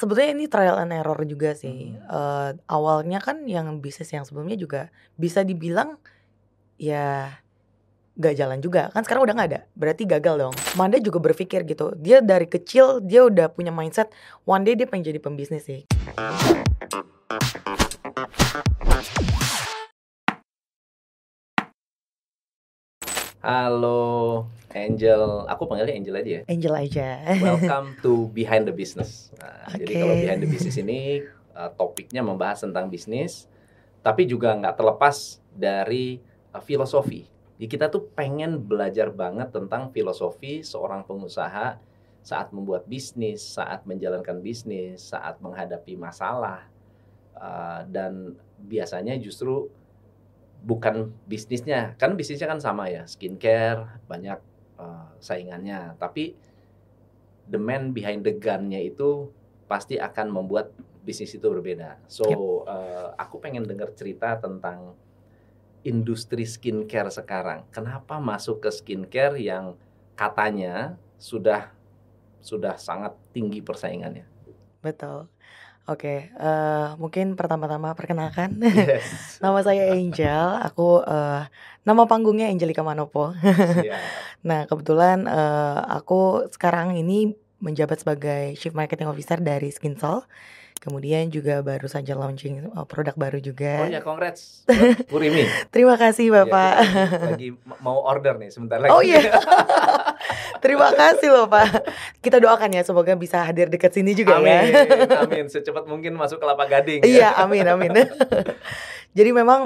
Sebetulnya ini trial and error juga sih. Hmm. Awalnya kan yang bisnis yang sebelumnya juga bisa dibilang ya nggak jalan juga. Kan sekarang udah nggak ada, berarti gagal dong. Manda juga berpikir gitu. Dia dari kecil dia udah punya mindset one day dia pengen jadi pembisnis sih. Halo Angel, aku panggilnya Angel aja ya. Angel aja. Welcome to Behind the Business. Nah, Jadi kalau Oke. Behind the Business ini topiknya membahas tentang bisnis, tapi juga nggak terlepas dari filosofi. Jadi kita tuh pengen belajar banget tentang filosofi seorang pengusaha saat membuat bisnis, saat menjalankan bisnis, saat menghadapi masalah, dan biasanya justru bukan bisnisnya, kan bisnisnya kan sama ya, skincare, banyak saingannya, tapi the man behind the gun-nya itu pasti akan membuat bisnis itu berbeda. So, Yep. Aku pengen dengar cerita tentang industri skincare sekarang. Kenapa masuk ke skincare yang katanya sudah sangat tinggi persaingannya? Betul. Oke, mungkin pertama-tama perkenalkan. Yes. Nama saya Angel, aku nama panggungnya Angelika Manopo. Siap. Nah, kebetulan aku sekarang ini menjabat sebagai Chief Marketing Officer dari Skinsol. Kemudian juga baru saja launching produk baru Oh juga. ya, congrats buat Purimi. Terima kasih Ya, Bapak. kita lagi mau order nih sebentar lagi. Oh iya. Terima kasih loh Pak. Kita doakan ya semoga bisa hadir dekat sini juga ya. Amin. Secepat mungkin masuk Kelapa Gading ya. Iya, amin. Jadi memang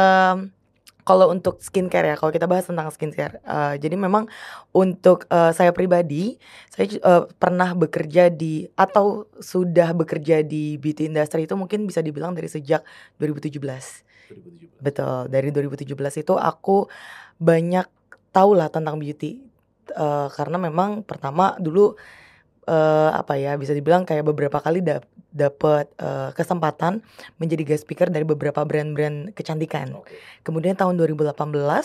kalau untuk skincare ya, kalau kita bahas tentang skincare, jadi memang untuk saya pribadi, saya pernah bekerja di atau sudah bekerja di beauty industry itu mungkin bisa dibilang dari sejak 2017. 2017. Betul, dari 2017 itu aku banyak tahu lah tentang beauty, karena memang pertama dulu bisa dibilang kayak beberapa kali dapet kesempatan menjadi guest speaker dari beberapa brand-brand kecantikan. Oke. Kemudian tahun 2018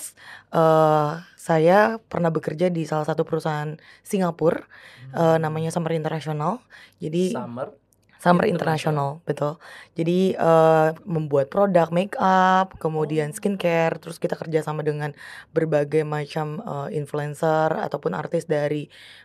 saya pernah bekerja di salah satu perusahaan Singapura, namanya Summer International. Jadi Summer International, betul. Jadi membuat produk make up, kemudian skincare, terus kita kerja sama dengan berbagai macam influencer ataupun artis dari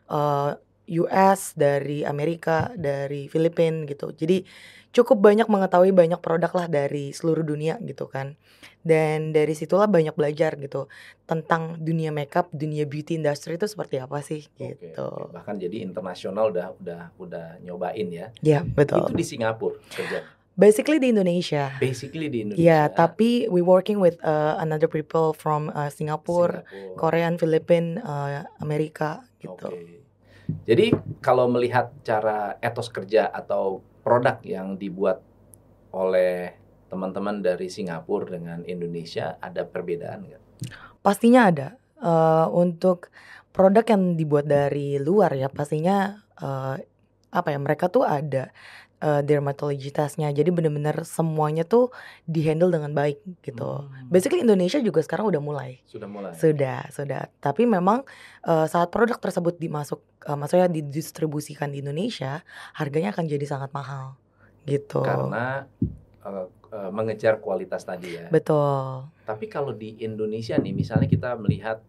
US, dari Amerika, dari Filipina gitu. Jadi cukup banyak mengetahui banyak produk lah dari seluruh dunia gitu kan. Dan dari situlah banyak belajar gitu tentang dunia makeup, dunia beauty industry itu seperti apa sih gitu. Oke. Bahkan jadi internasional udah nyobain ya. Iya, betul. Itu di Singapura kerjanya. Basically di Indonesia. Iya, tapi we working with another people from Singapore, Korean, Filipina, Amerika gitu. Oke. Jadi kalau melihat cara etos kerja atau produk yang dibuat oleh teman-teman dari Singapura dengan Indonesia, ada perbedaan nggak? Pastinya ada. Untuk produk yang dibuat dari luar ya pastinya mereka tuh ada dermatologitasnya. Jadi benar-benar semuanya tuh dihandle dengan baik gitu. Basically Indonesia juga sekarang udah mulai. Sudah mulai. Sudah. Tapi memang saat produk tersebut maksudnya didistribusikan di Indonesia, harganya akan jadi sangat mahal gitu. Karena mengejar kualitas tadi ya. Betul. Tapi kalau di Indonesia nih, misalnya kita melihat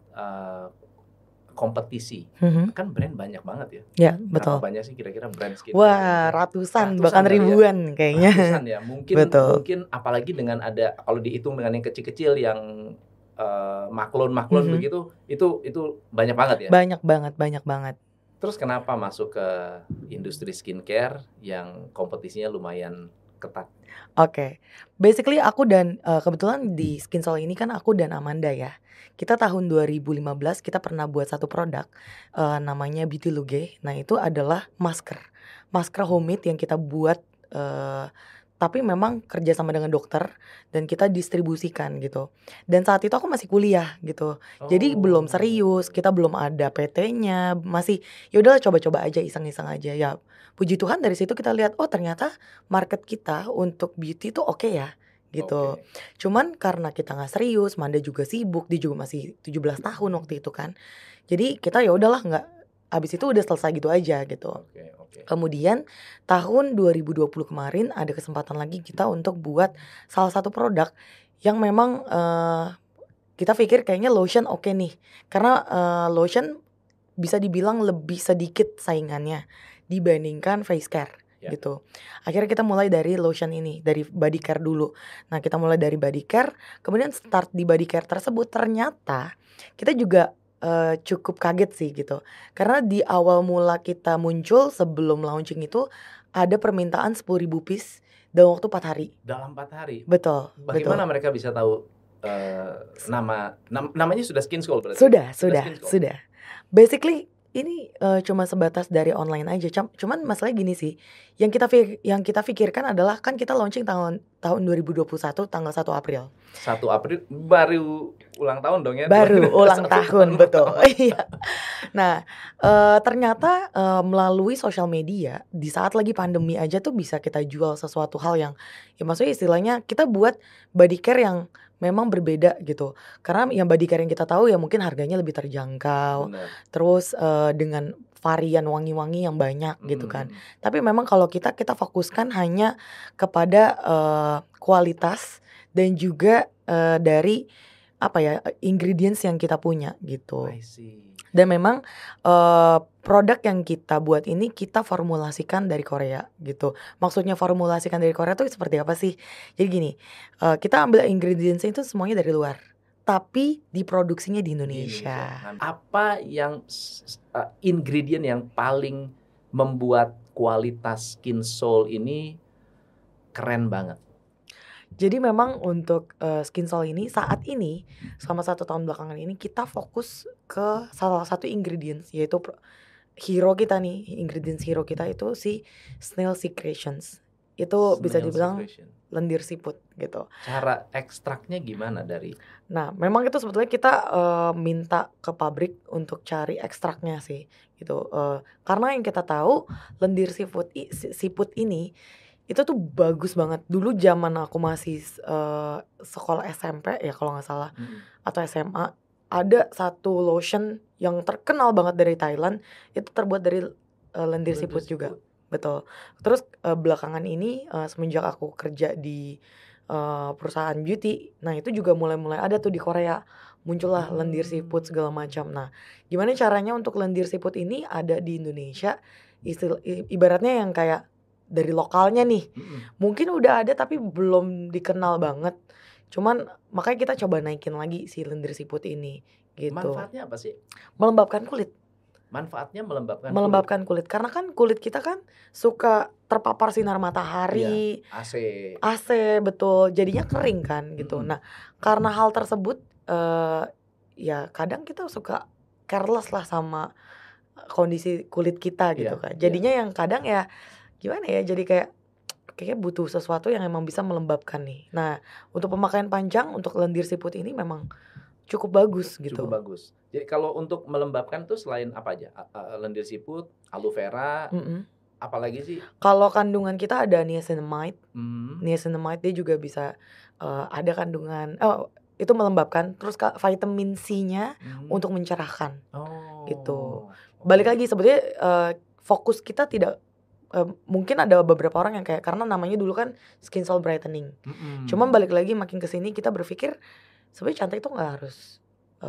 kompetisi, kan brand banyak banget ya. Ya, betul. Berapa banyak sih kira-kira brand skincare? Wah, ratusan bahkan ribuan kayaknya. Ratusan ya, mungkin apalagi dengan ada, kalau dihitung dengan yang kecil-kecil yang maklon begitu, itu banyak banget ya. Banyak banget. Terus kenapa masuk ke industri skincare yang kompetisinya lumayan ketat? Oke. Basically aku dan kebetulan di Skinsol ini kan aku dan Amanda ya. Kita tahun 2015 kita pernah buat satu produk namanya Beauty Luge. Nah, itu adalah masker homemade yang kita buat tapi memang kerja sama dengan dokter dan kita distribusikan gitu. Dan saat itu aku masih kuliah gitu. Jadi belum serius, kita belum ada PT-nya, masih ya udahlah coba-coba aja, iseng-iseng aja ya. Puji Tuhan dari situ kita lihat ternyata market kita untuk beauty tuh oke ya gitu. Cuman karena kita nggak serius, Manda juga sibuk, dia juga masih 17 tahun waktu itu kan. Jadi kita ya udahlah abis itu udah selesai gitu aja gitu. Oke. Kemudian tahun 2020 kemarin ada kesempatan lagi kita untuk buat salah satu produk yang memang kita pikir kayaknya lotion oke nih. Karena lotion bisa dibilang lebih sedikit saingannya dibandingkan face care gitu. Akhirnya kita mulai dari lotion ini, dari body care dulu. Nah, kita mulai dari body care, kemudian start di body care tersebut ternyata kita juga cukup kaget sih gitu. Karena di awal mula kita muncul sebelum launching itu ada permintaan 10.000 piece dalam waktu 4 hari. Dalam 4 hari? Betul. Bagaimana mereka bisa tahu namanya sudah Skin School berarti? Sudah. Basically ini cuma sebatas dari online aja. Cuman masalahnya gini sih. Yang kita pikirkan adalah kan kita launching tahun 2021 tanggal 1 April. 1 April baru ulang tahun dong ya? Baru ulang tahun, betul. Iya. Nah, ternyata melalui sosial media di saat lagi pandemi aja tuh bisa kita jual sesuatu hal yang ya maksudnya istilahnya kita buat body care yang memang berbeda gitu. Karena yang body care yang kita tahu ya mungkin harganya lebih terjangkau. Benar. Terus dengan varian wangi-wangi yang banyak gitu kan. Tapi memang kalau kita fokuskan hanya kepada kualitas dan juga dari apa ya ingredients yang kita punya gitu. I see. Dan memang produk yang kita buat ini kita formulasikan dari Korea gitu. Maksudnya formulasikan dari Korea tuh seperti apa sih? Jadi gini, kita ambil ingredients itu semuanya dari luar, tapi diproduksinya di Indonesia. Apa yang ingredient yang paling membuat kualitas Skin Soul ini keren banget? Jadi memang untuk Skin Soul ini saat ini selama 1 tahun belakangan ini kita fokus ke salah satu ingredients yaitu hero kita nih, ingredients hero kita itu si Snail Secretions. Itu bisa dibilang lendir siput gitu. Cara ekstraknya gimana dari? Nah, memang itu sebetulnya kita minta ke pabrik untuk cari ekstraknya sih gitu. Karena yang kita tahu lendir siput ini itu tuh bagus banget. Dulu zaman aku masih sekolah SMP ya kalau nggak salah atau SMA, ada satu lotion yang terkenal banget dari Thailand itu terbuat dari lendir siput juga. Betul. Terus belakangan ini semenjak aku kerja di perusahaan beauty, nah itu juga mulai ada tuh di Korea muncullah lendir siput segala macam. Nah, gimana caranya untuk lendir siput ini ada di Indonesia? Ibaratnya yang kayak dari lokalnya nih, mungkin udah ada tapi belum dikenal banget. Cuman makanya kita coba naikin lagi si lendir siput ini gitu. Manfaatnya apa sih? Melembabkan kulit. Manfaatnya melembabkan kulit. Karena kan kulit kita kan suka terpapar sinar matahari, AC betul, jadinya kering kan gitu. Nah, karena hal tersebut ya kadang kita suka careless lah sama kondisi kulit kita gitu kan. Jadinya yang kadang ya gimana ya, jadi kayaknya butuh sesuatu yang emang bisa melembabkan nih. Nah, untuk pemakaian panjang untuk lendir siput ini memang cukup bagus gitu. Cukup bagus. Jadi kalau untuk melembabkan tuh selain apa aja? Lendir siput, aloe vera, apalagi sih? Kalau kandungan kita ada niacinamide. Niacinamide dia juga bisa ada kandungan itu melembabkan. Terus vitamin C-nya untuk mencerahkan. Gitu. Balik lagi sebetulnya fokus kita tidak mungkin ada beberapa orang yang kayak karena namanya dulu kan Skin Soul Brightening. Cuman balik lagi makin kesini kita berpikir sebenarnya cantik itu nggak harus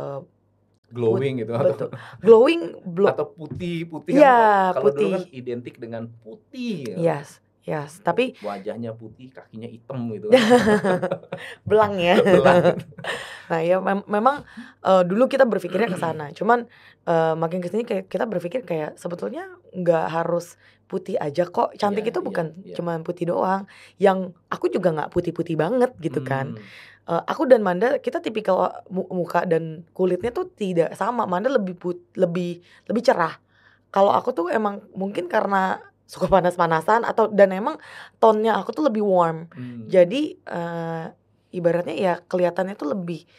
glowing gitu atau glowing atau putih ya, kalau putih. Dulu kan identik dengan putih. Yes, tapi wajahnya putih, kakinya hitam gitu kan. Belang ya. Nah ya memang dulu kita berpikirnya ke sana. Cuman makin kesini kayak kita berpikir kayak sebetulnya nggak harus putih aja kok. Cantik itu bukan cuma putih doang. Yang aku juga nggak putih-putih banget gitu kan. Aku dan Manda kita tipikal muka dan kulitnya tuh tidak sama. Manda lebih cerah. Kalau aku tuh emang mungkin karena suka panas-panasan dan emang tone-nya aku tuh lebih warm. Jadi ibaratnya ya kelihatannya tuh lebih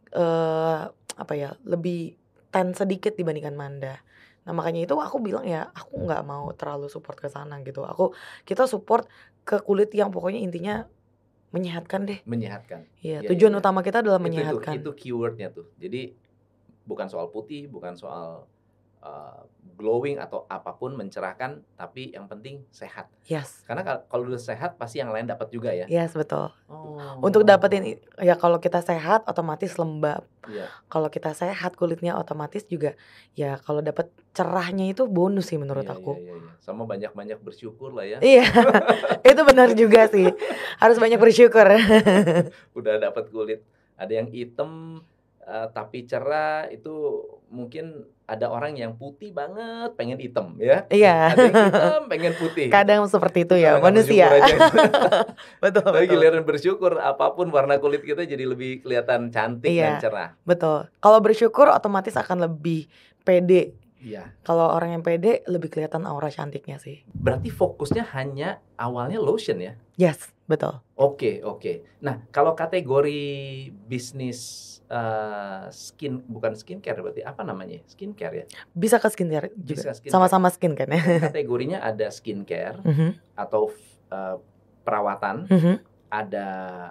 lebih tan sedikit dibandingkan Manda. Nah makanya itu aku bilang ya aku nggak mau terlalu support ke sana gitu. Kita support ke kulit yang pokoknya intinya menyehatkan deh. Menyehatkan. Iya, tujuan utama kita adalah menyehatkan. Itu keywordnya tuh. Jadi bukan soal putih, bukan soal glowing atau apapun, mencerahkan, tapi yang penting sehat. Yes. Karena kalau udah sehat pasti yang lain dapat juga ya. Yes, betul. Oh. Untuk dapetin ya, kalau kita sehat otomatis lembab. Iya. Kalau kita sehat kulitnya otomatis juga ya, kalau dapat cerahnya itu bonus sih menurut aku. Iya. Sama banyak-banyak bersyukur lah ya. Iya. Itu benar juga sih. Harus banyak bersyukur. Udah dapat kulit, ada yang hitam tapi cerah, itu mungkin ada orang yang putih banget pengen hitam ya. Iya. Ada yang hitam pengen putih. Kadang seperti itu ya, Kadang manusia. bersyukur aja. Betul. Tapi giliran bersyukur, apapun warna kulit kita jadi lebih kelihatan cantik dan cerah. Betul. Kalau bersyukur otomatis akan lebih pede. Iya. Kalau orang yang pede lebih kelihatan aura cantiknya sih. Berarti fokusnya hanya awalnya lotion ya? Yes, betul. Oke. Nah, kalau kategori bisnis bukan skincare, berarti apa namanya? Skincare ya? Bisa ke skincare juga. Bisa skincare. Sama-sama skin kan ya. Kategorinya ada skincare atau perawatan, ada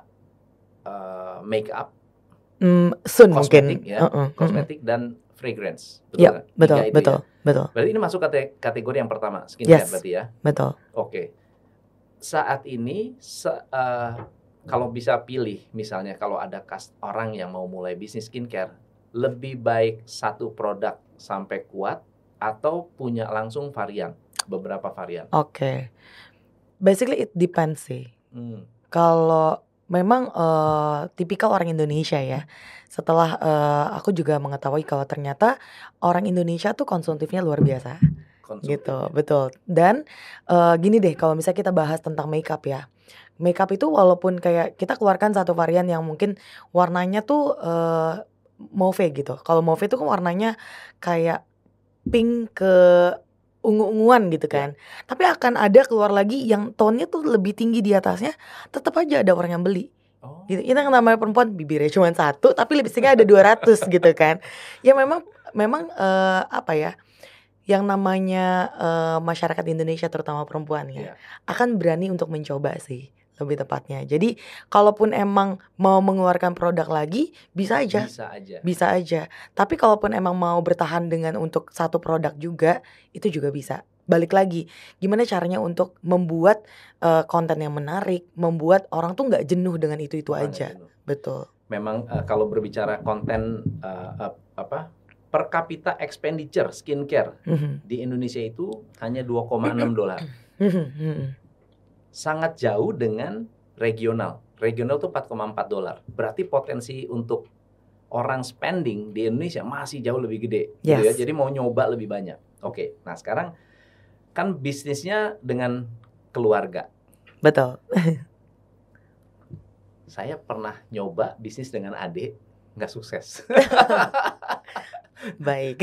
make up, kosmetik ya, kosmetik dan fragrance. Betul. Betul. Berarti ini masuk kategori yang pertama, skincare. Yes, berarti ya. Betul. Oke. Saat ini kalau bisa pilih, misalnya kalau ada orang yang mau mulai bisnis skincare, lebih baik satu produk sampai kuat atau punya langsung beberapa varian? Oke. Basically it depends sih. Kalau memang tipikal orang Indonesia ya, setelah aku juga mengetahui kalau ternyata orang Indonesia tuh konsumtifnya luar biasa. Gitu, betul. Dan gini deh, kalau misalnya kita bahas tentang makeup ya, makeup itu walaupun kayak kita keluarkan satu varian yang mungkin warnanya tuh mauve gitu. Kalau mauve itu kan warnanya kayak pink ke ungu-unguan gitu kan. Tapi akan ada keluar lagi yang tone-nya tuh lebih tinggi di atasnya, tetap aja ada orang yang beli. Gitu. Kita kan namanya perempuan bibirnya cuma 1 tapi lipstiknya ada 200 gitu kan. Ya memang apa ya? Yang namanya masyarakat Indonesia terutama perempuan ya, akan berani untuk mencoba sih, lebih tepatnya. Jadi kalaupun emang mau mengeluarkan produk lagi, bisa aja. Tapi kalaupun emang mau bertahan dengan untuk satu produk juga, itu juga bisa. Balik lagi, gimana caranya untuk membuat konten yang menarik, membuat orang tuh nggak jenuh dengan itu aja. Betul. Memang kalau berbicara konten per capita expenditure skincare di Indonesia itu hanya $2,6. Sangat jauh dengan regional. Regional tuh $4,4. Berarti potensi untuk orang spending di Indonesia masih jauh lebih gede. Gitu ya. Jadi mau nyoba lebih banyak. Oke. Nah sekarang kan bisnisnya dengan keluarga. Betul. Saya pernah nyoba bisnis dengan adik, nggak sukses. Baik.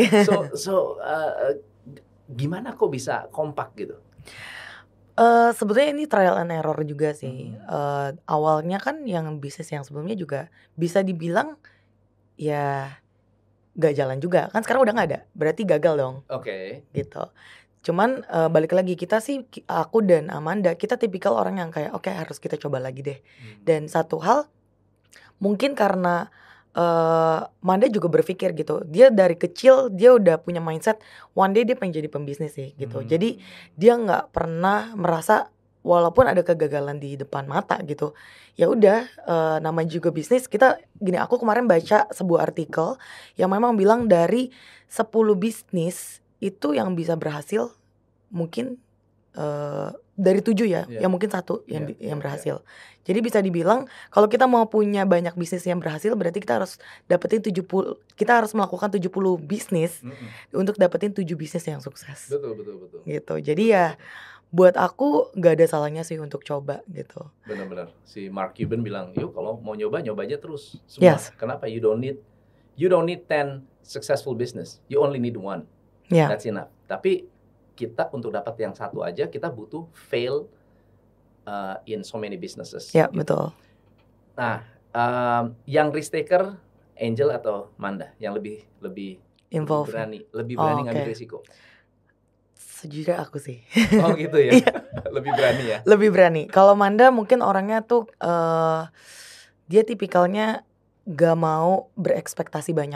Gimana kok bisa kompak gitu? Sebetulnya ini trial and error juga sih. Awalnya kan yang bisnis yang sebelumnya juga bisa dibilang ya gak jalan juga. Kan sekarang udah gak ada, berarti gagal dong. Oke. Gitu. Cuman balik lagi, kita sih, aku dan Amanda, kita tipikal orang yang kayak oke, harus kita coba lagi deh. Dan satu hal, mungkin karena Manda juga berpikir gitu, dia dari kecil dia udah punya mindset one day dia pengen jadi pembisnis sih gitu. Jadi dia nggak pernah merasa walaupun ada kegagalan di depan mata gitu, ya udah namanya juga bisnis. Kita gini, aku kemarin baca sebuah artikel yang memang bilang dari 10 bisnis itu yang bisa berhasil mungkin dari 7 ya, yang mungkin 1 yang berhasil. Jadi bisa dibilang kalau kita mau punya banyak bisnis yang berhasil, berarti kita harus dapetin 70, kita harus melakukan 70 bisnis untuk dapetin 7 bisnis yang sukses. Betul. Gitu. Jadi ya buat aku nggak ada salahnya sih untuk coba gitu. Benar-benar. Si Mark Cuban bilang, yuk kalau mau nyoba aja terus semua. Kenapa? You don't need 10 successful business. You only need 1. That's enough. Tapi kita untuk dapat yang satu aja, kita butuh fail in so many businesses. Ya, gitu. Betul. Nah, yang risk taker, Angel atau Manda, yang lebih berani ngambil risiko? Sejujurnya aku sih. Oh gitu ya. Lebih berani ya. Lebih berani. Kalau Manda mungkin orangnya tuh dia tipikalnya gak mau berekspektasi banyak.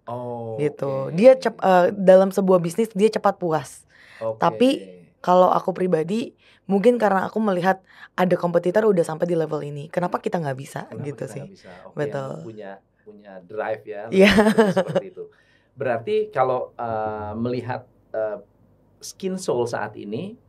Oh, gitu. oke. Dia dalam sebuah bisnis dia cepat puas. Oke. Tapi kalau aku pribadi mungkin karena aku melihat ada kompetitor udah sampai di level ini, kenapa kita nggak bisa Kenapa gitu kita sih. nggak bisa? Oke, yang Betul. punya drive ya, Iya. lebih seperti itu. Berarti kalau melihat eh, Skin Soul saat ini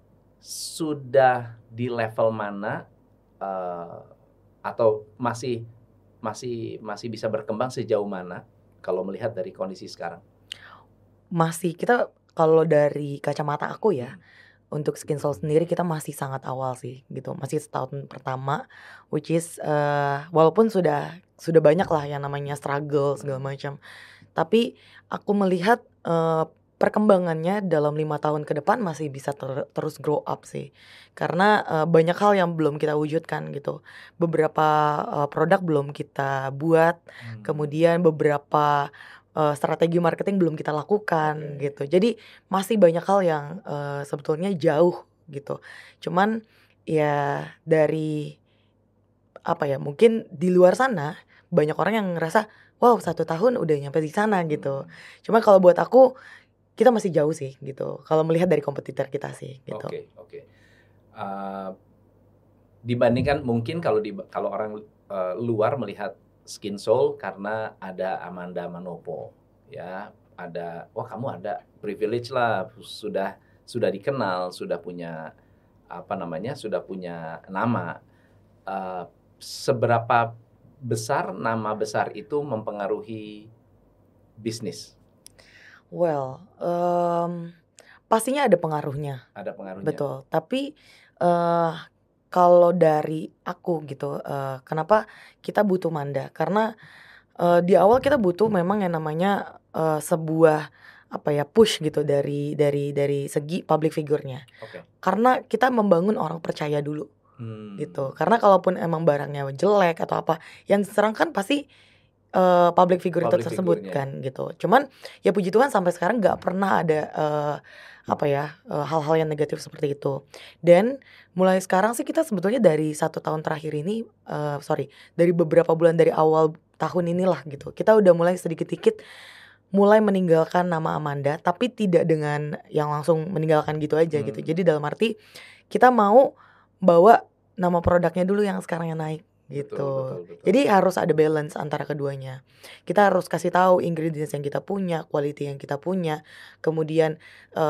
sudah di level mana, eh, atau masih masih masih bisa berkembang sejauh mana kalau melihat dari kondisi sekarang? Masih kita kalau dari kacamata aku ya, Hmm. untuk Skin Soul sendiri kita masih sangat awal sih gitu. Masih setahun pertama which is walaupun sudah banyak lah yang namanya struggle segala macam. Tapi aku melihat perkembangannya dalam 5 tahun ke depan masih bisa terus grow up sih. Karena banyak hal yang belum kita wujudkan gitu. Beberapa produk belum kita buat, kemudian beberapa strategi marketing belum kita lakukan gitu. Jadi masih banyak hal yang sebetulnya jauh gitu. Cuman ya dari apa ya, mungkin di luar sana banyak orang yang ngerasa, wow 1 tahun udah nyampe di sana gitu. Cuma kalau buat aku, kita masih jauh sih gitu, kalau melihat dari kompetitor kita sih gitu. Oke, oke. Dibandingkan mungkin kalau orang luar melihat Skin Soul karena ada Amanda Manopo, ya, wah kamu ada privilege lah, sudah dikenal, sudah punya apa namanya, sudah punya nama. Eh, Seberapa besar nama besar itu mempengaruhi bisnis? Well, pastinya ada pengaruhnya, Ada pengaruhnya. betul. Tapi kalau dari aku gitu, kenapa kita butuh Manda? Karena di awal kita butuh memang yang namanya sebuah apa ya, push gitu dari segi public figure-nya. Oke. Karena kita membangun orang percaya dulu gitu. Karena kalaupun emang barangnya jelek atau apa, yang diserang kan pasti public figure itu Public tersebut figure-nya. kan gitu. Cuman ya puji Tuhan sampai sekarang nggak pernah ada apa ya, hal-hal yang negatif seperti itu. Dan mulai sekarang sih kita sebetulnya dari 1 tahun terakhir ini, dari beberapa bulan dari awal tahun inilah gitu, kita udah mulai sedikit-sedikit mulai meninggalkan nama Amanda, tapi tidak dengan yang langsung meninggalkan gitu aja gitu. Jadi dalam arti kita mau bawa nama produknya dulu yang sekarang yang naik gitu. Betul. Jadi harus ada balance antara keduanya. Kita harus kasih tahu ingredients yang kita punya, quality yang kita punya, kemudian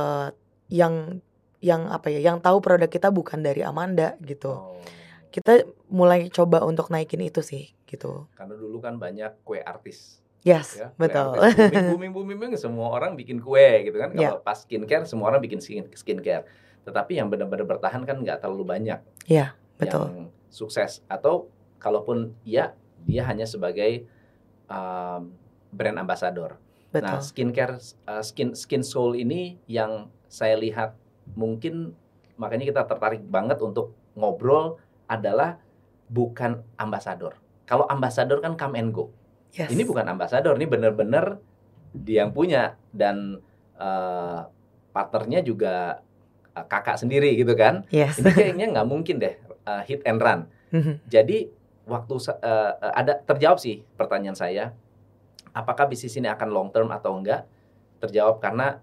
yang apa ya, yang tahu produk kita bukan dari Amanda gitu. Kita mulai coba untuk naikin itu sih gitu. Karena dulu kan banyak kue artis. Yes, Ya, betul. booming, semua orang bikin kue gitu kan. Kalau pas skincare semua orang bikin skincare. Tetapi yang benar-benar bertahan kan nggak terlalu banyak. Iya, betul. Yang sukses, atau kalaupun ya dia hanya sebagai brand ambassador. Betul. Nah, skincare Skin Soul ini yang saya lihat mungkin makanya kita tertarik banget untuk ngobrol adalah bukan ambasador. Kalau ambasador kan come and go. Yes. Ini bukan ambasador, ini benar-benar dia yang punya, dan partnernya juga kakak sendiri gitu kan. Yes. Ini kayaknya nggak mungkin deh hit and run. Jadi waktu ada terjawab sih pertanyaan saya, apakah bisnis ini akan long term atau enggak? Terjawab karena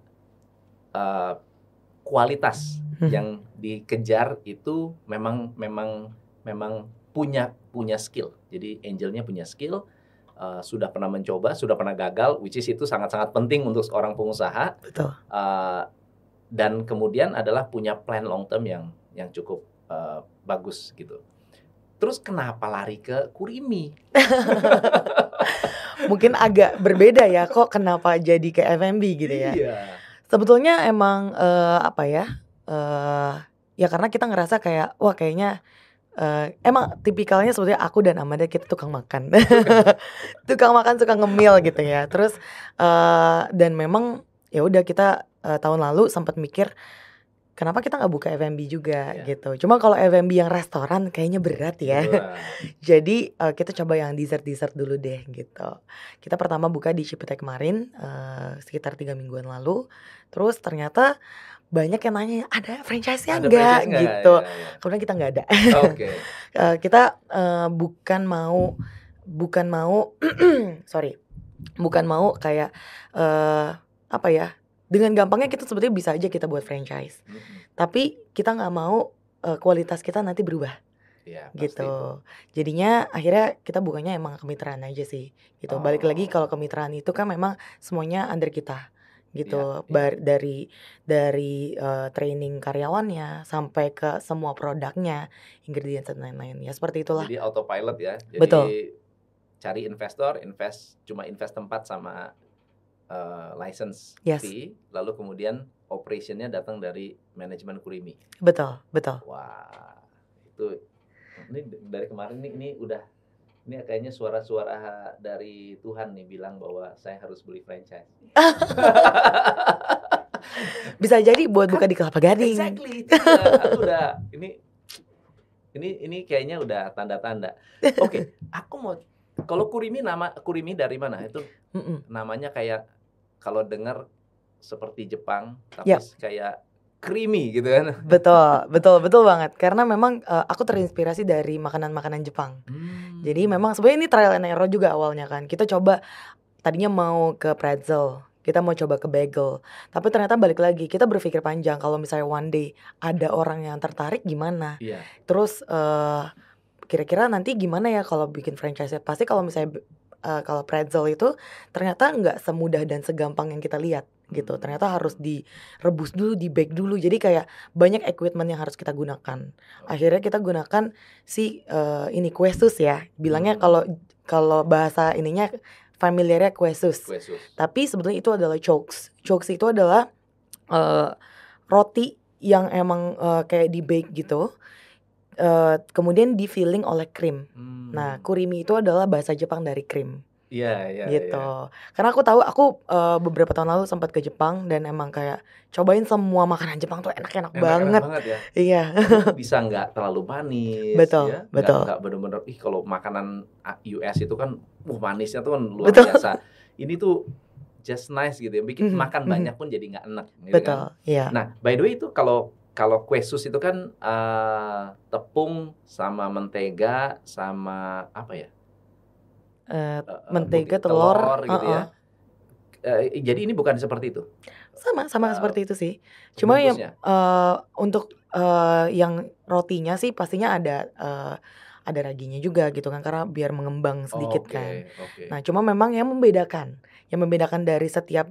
kualitas yang dikejar itu memang punya skill. Jadi Angelnya punya skill, sudah pernah mencoba, sudah pernah gagal, which is itu sangat-sangat penting untuk seorang pengusaha. Betul. Dan kemudian adalah punya plan long term yang cukup bagus gitu. Terus kenapa lari ke Kurimi? Mungkin agak berbeda ya, kok kenapa jadi ke F&B gitu ya. Iya. Sebetulnya emang apa ya, ya karena kita ngerasa kayak wah kayaknya emang tipikalnya sebetulnya aku dan Amanda kita tukang makan. Tukang makan, suka ngemil gitu ya. Terus dan memang ya udah kita tahun lalu sempat mikir kenapa kita nggak buka F&B juga gitu. Cuma kalau F&B yang restoran kayaknya berat ya. Jadi kita coba yang dessert dulu deh gitu. Kita pertama buka di Cipete kemarin sekitar 3 mingguan lalu. Terus ternyata banyak yang nanya ada franchise-nya enggak gitu. Kemudian kita nggak ada. Oke. Kita bukan mau bukan mau kayak apa ya, dengan gampangnya kita sebetulnya bisa aja kita buat franchise, tapi kita nggak mau kualitas kita nanti berubah. Iya, pasti itu. Gitu. Jadinya akhirnya kita bukannya emang kemitraan aja sih gitu. Balik lagi kalau kemitraan itu kan memang semuanya under kita gitu. Dari training karyawannya sampai ke semua produknya, ingredients dan lain-lain. Ya seperti itulah. Jadi autopilot ya. Jadi Betul. cari investor, cuma invest tempat sama license Yes. fee, lalu kemudian operationnya datang dari manajemen Kurimi. Betul, betul. Wah, itu ini dari kemarin ini kayaknya suara-suara dari Tuhan nih bilang bahwa saya harus beli franchise. Bisa jadi buat buka di Kelapa Gading. Exactly. Aku udah ini kayaknya udah tanda-tanda. Oke, aku mau kalau Kurimi dari mana? Itu namanya kayak kalau dengar seperti Jepang tapi kayak creamy gitu kan. Betul banget. Karena memang aku terinspirasi dari makanan-makanan Jepang. Jadi memang sebenarnya ini trial and error juga awalnya kan. Kita coba tadinya mau ke pretzel, kita mau coba ke bagel. Tapi ternyata balik lagi kita berpikir panjang, kalau misalnya one day ada orang yang tertarik gimana. Terus kira-kira nanti gimana ya kalau bikin franchise. Pasti kalau misalnya kalau pretzel itu ternyata nggak semudah dan segampang yang kita lihat gitu. Ternyata harus direbus dulu, di bake dulu. Jadi kayak banyak equipment yang harus kita gunakan. Akhirnya kita gunakan ini kue sus ya. Bilangnya kalau bahasa ininya familiarnya kue sus. Tapi sebetulnya itu adalah chokes. Chokes itu adalah roti yang emang kayak di bake gitu. Kemudian di filling oleh krim. Nah, kurimi itu adalah bahasa Jepang dari krim. Iya. Gitu. Karena aku tahu beberapa tahun lalu sempat ke Jepang dan emang kayak cobain semua makanan Jepang tuh enak-enak banget. Ya. Iya. Bisa nggak terlalu manis. Betul, ya? betul. Nggak bener-bener kalau makanan US itu kan manisnya tuh kan luar biasa. Ini tuh just nice gitu ya. Bikin makan banyak pun jadi nggak enak. Gitu betul. Kan? Iya. Nah, by the way itu kalau kue sus itu kan tepung sama mentega sama apa ya? Mentega, telur gitu ya. Jadi ini bukan seperti itu. Sama seperti itu sih. Cuma yang untuk yang rotinya sih pastinya ada raginya juga gitu kan, karena biar mengembang sedikit kan. Nah, cuma memang yang membedakan dari setiap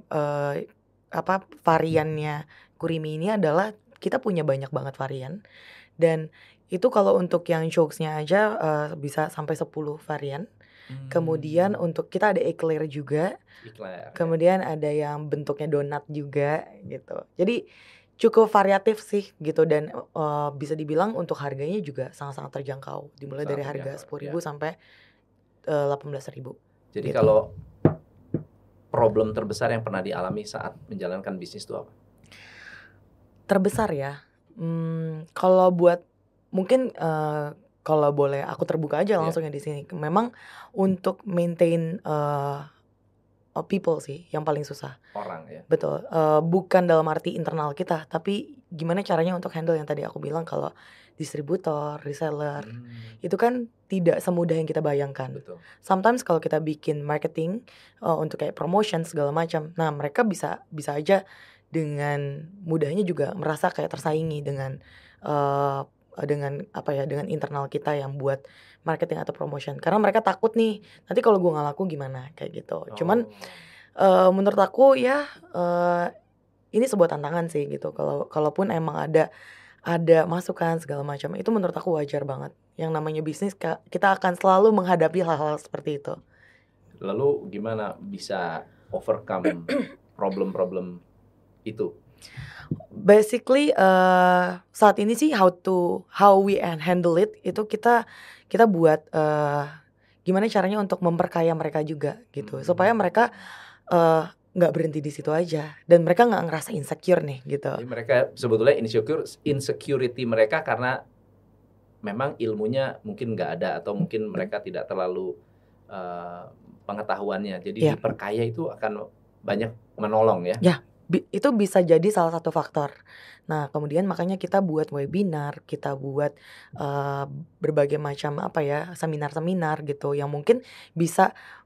variannya kurimi ini adalah kita punya banyak banget varian. Dan itu kalau untuk yang chokesnya aja bisa sampai 10 varian. Kemudian untuk kita ada eclair juga. Kemudian ada yang bentuknya donat juga gitu. Jadi cukup variatif sih gitu. Dan bisa dibilang untuk harganya juga sangat-sangat terjangkau. Dimulai dari harga 10.000 sampai 18.000. Jadi gitu. Kalau problem terbesar yang pernah dialami saat menjalankan bisnis itu apa? Terbesar ya, kalau buat mungkin kalau boleh aku terbuka aja langsung ya di sini. Memang untuk maintain people sih yang paling susah. Orang ya. Betul. Bukan dalam arti internal kita, tapi gimana caranya untuk handle yang tadi aku bilang kalau distributor, reseller, itu kan tidak semudah yang kita bayangkan. Betul. Sometimes kalau kita bikin marketing untuk kayak promotion segala macam, nah mereka bisa aja dengan mudahnya juga merasa kayak tersaingi dengan dengan internal kita yang buat marketing atau promotion, karena mereka takut nih nanti kalau gue nggak laku gimana kayak gitu. Cuman menurut aku ya ini sebuah tantangan sih gitu. Kalaupun emang ada masukan segala macam, itu menurut aku wajar banget. Yang namanya bisnis kita akan selalu menghadapi hal-hal seperti itu. Lalu gimana bisa overcome problem-problem itu? Basically saat ini sih how we handle it itu kita buat gimana caranya untuk memperkaya mereka juga gitu, supaya mereka nggak berhenti di situ aja dan mereka nggak ngerasa insecure nih gitu. Jadi mereka sebetulnya insecurity mereka karena memang ilmunya mungkin nggak ada atau mungkin mereka tidak terlalu pengetahuannya. Jadi diperkaya itu akan banyak menolong ya. Ya. Itu bisa jadi salah satu faktor. Nah, kemudian makanya kita buat webinar, kita buat berbagai macam seminar-seminar gitu yang mungkin bisa